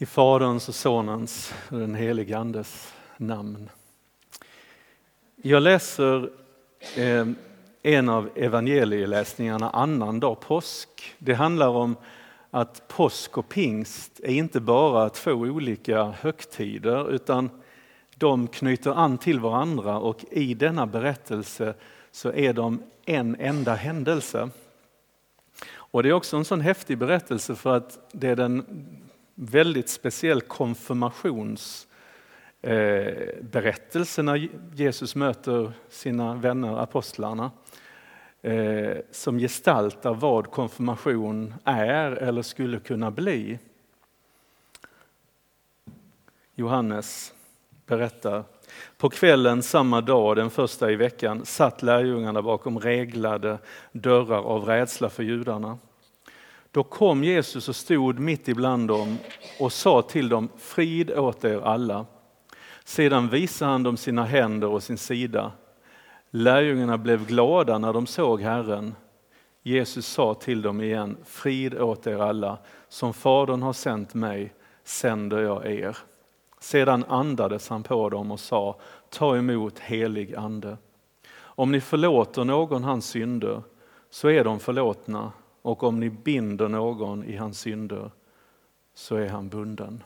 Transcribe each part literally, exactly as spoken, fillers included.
I Faderns och Sonens och den helige Andes namn. Jag läser eh, en av evangelieläsningarna annan dag påsk. Det handlar om att påsk och pingst är inte bara två olika högtider utan de knyter an till varandra, och i denna berättelse så är de en enda händelse. Och det är också en sån häftig berättelse för att det är den väldigt speciell konfirmationsberättelse när Jesus möter sina vänner apostlarna, eh, som gestaltar vad konfirmation är eller skulle kunna bli. Johannes berättar: på kvällen samma dag, den första i veckan, satt lärjungarna bakom reglade dörrar av rädsla för judarna. Då kom Jesus och stod mitt ibland dem och sa till dem: frid åt er alla. Sedan visade han dem sina händer och sin sida. Lärjungarna blev glada när de såg Herren. Jesus sa till dem igen: frid åt er alla. Som Fadern har sänt mig sänder jag er. Sedan andades han på dem och sa: ta emot helig ande. Om ni förlåter någon hans synder så är de förlåtna. Och om ni binder någon i hans synder så är han bunden.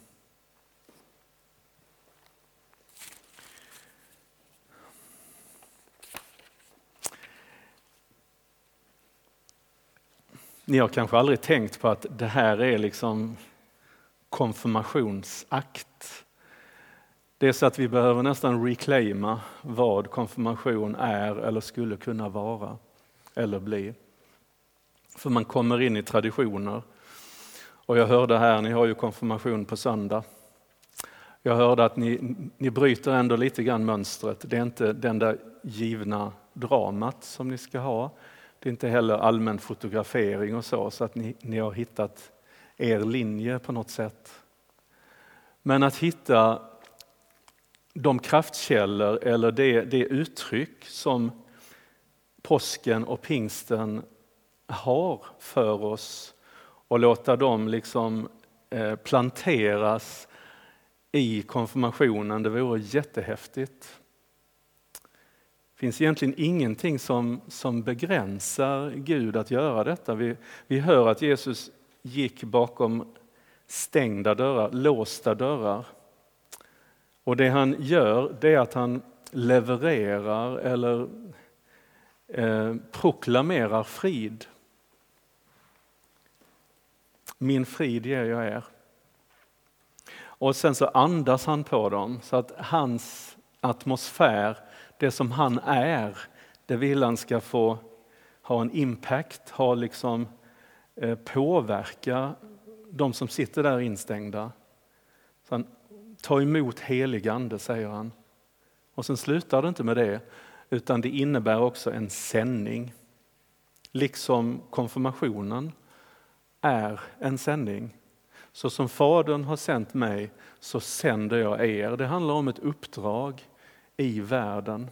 Ni har kanske aldrig tänkt på att det här är liksom konfirmationsakt. Det är så att vi behöver nästan reclaima vad konfirmation är eller skulle kunna vara eller bli. För man kommer in i traditioner. Och jag hörde här, ni har ju konfirmation på söndag. Jag hörde att ni, ni bryter ändå lite grann mönstret. Det är inte den där givna dramat som ni ska ha. Det är inte heller allmän fotografering och så, så att ni, ni har hittat er linje på något sätt. Men att hitta de kraftkällor eller det, det uttryck som påsken och pingsten har för oss och låta dem liksom eh, planteras i konfirmationen, det vore jättehäftigt. Det finns egentligen ingenting som, som begränsar Gud att göra detta. Vi, vi hör att Jesus gick bakom stängda dörrar, låsta dörrar. Och det han gör, det är att han levererar eller eh, proklamerar frid. Min frid ger jag er. Och sen så andas han på dem så att hans atmosfär, det som han är, det vill han ska få ha en impact, ha liksom eh, påverka de som sitter där instängda. Så han tar emot helig ande, säger han. Och sen slutar det inte med det, utan det innebär också en sändning. Liksom konfirmationen är en sändning. Så som Fadern har sänt mig så sänder jag er. Det handlar om ett uppdrag i världen.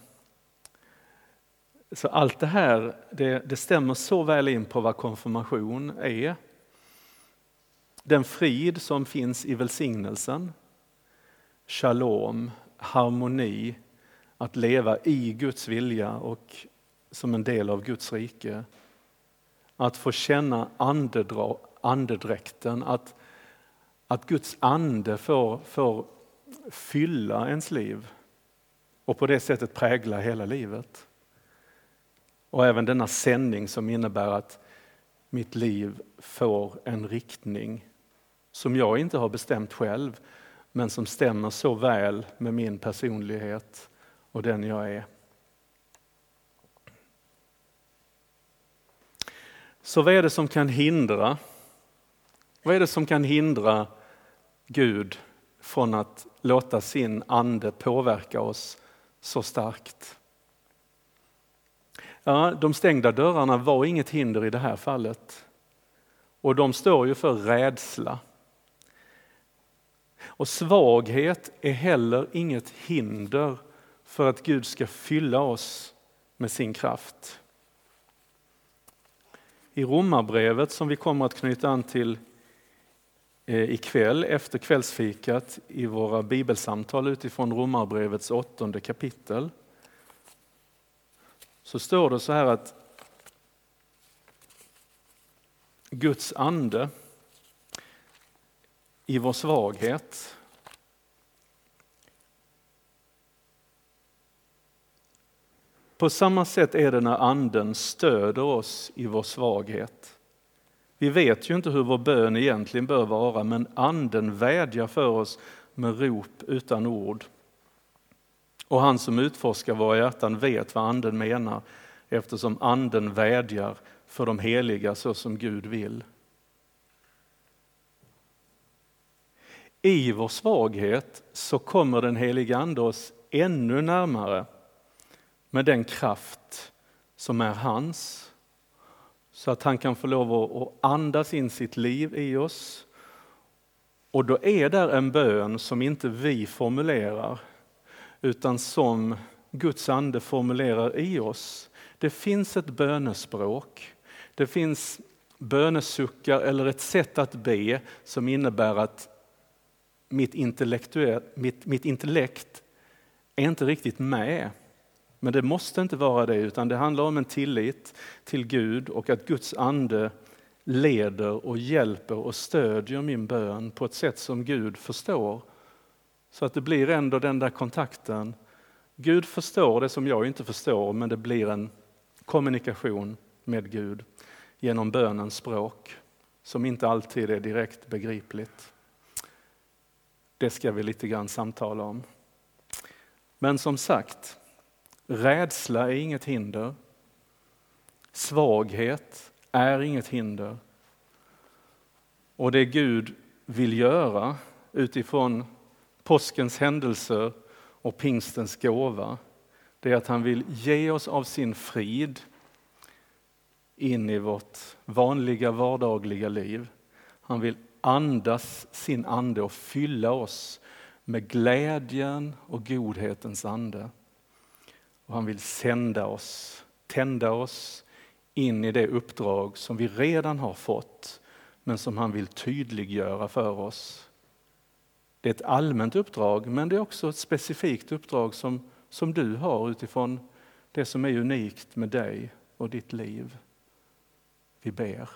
Så allt det här, det, det stämmer så väl in på vad konfirmation är. Den frid som finns i välsignelsen, shalom, harmoni, att leva i Guds vilja och som en del av Guds rike. Att få känna andedra, andedräkten, att, att Guds ande får, får fylla ens liv och på det sättet prägla hela livet. Och även denna sändning som innebär att mitt liv får en riktning som jag inte har bestämt själv, men som stämmer så väl med min personlighet och den jag är. Så vad är det som kan hindra? Vad är det som kan hindra Gud från att låta sin ande påverka oss så starkt? Ja, de stängda dörrarna var inget hinder i det här fallet. Och de står ju för rädsla. Och svaghet är heller inget hinder för att Gud ska fylla oss med sin kraft. I Romarbrevet som vi kommer att knyta an till ikväll efter kvällsfikat i våra bibelsamtal utifrån Romarbrevets åttonde kapitel. Så står det så här att Guds ande i vår svaghet på samma sätt är det när anden stöder oss i vår svaghet. Vi vet ju inte hur vår bön egentligen bör vara, men anden vädjar för oss med rop utan ord. Och han som utforskar våra hjärtan vet vad anden menar, eftersom anden vädjar för de heliga så som Gud vill. I vår svaghet så kommer den heliga ande oss ännu närmare med den kraft som är hans, så att han kan få lov att andas in sitt liv i oss. Och då är där en bön som inte vi formulerar, utan som Guds ande formulerar i oss. Det finns ett bönespråk, det finns bönesuckar eller ett sätt att be som innebär att mitt, mitt, mitt intellekt är inte riktigt med. Men det måste inte vara det, utan det handlar om en tillit till Gud och att Guds ande leder och hjälper och stödjer min bön på ett sätt som Gud förstår. Så att det blir ändå den där kontakten. Gud förstår det som jag inte förstår, men det blir en kommunikation med Gud genom bönens språk som inte alltid är direkt begripligt. Det ska vi lite grann samtala om. Men som sagt, rädsla är inget hinder. Svaghet är inget hinder. Och det Gud vill göra utifrån påskens händelser och pingstens gåva, det är att han vill ge oss av sin frid in i vårt vanliga vardagliga liv. Han vill andas sin ande och fylla oss med glädjen och godhetens ande. Och han vill sända oss, tända oss in i det uppdrag som vi redan har fått, men som han vill tydliggöra för oss. Det är ett allmänt uppdrag, men det är också ett specifikt uppdrag som, som du har utifrån det som är unikt med dig och ditt liv. Vi ber.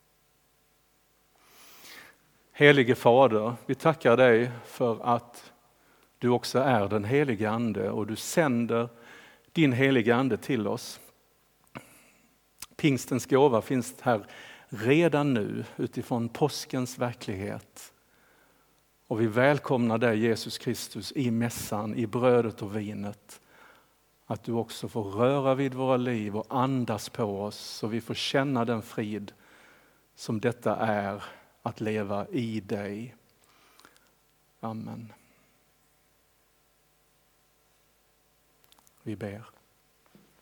Helige Fader, vi tackar dig för att du också är den helige ande och du sänder din heliga ande till oss. Pingstens gåva finns här redan nu utifrån påskens verklighet. Och vi välkomnar dig Jesus Kristus i mässan, i brödet och vinet. Att du också får röra vid våra liv och andas på oss så vi får känna den frid som detta är att leva i dig. Amen. Vi ber.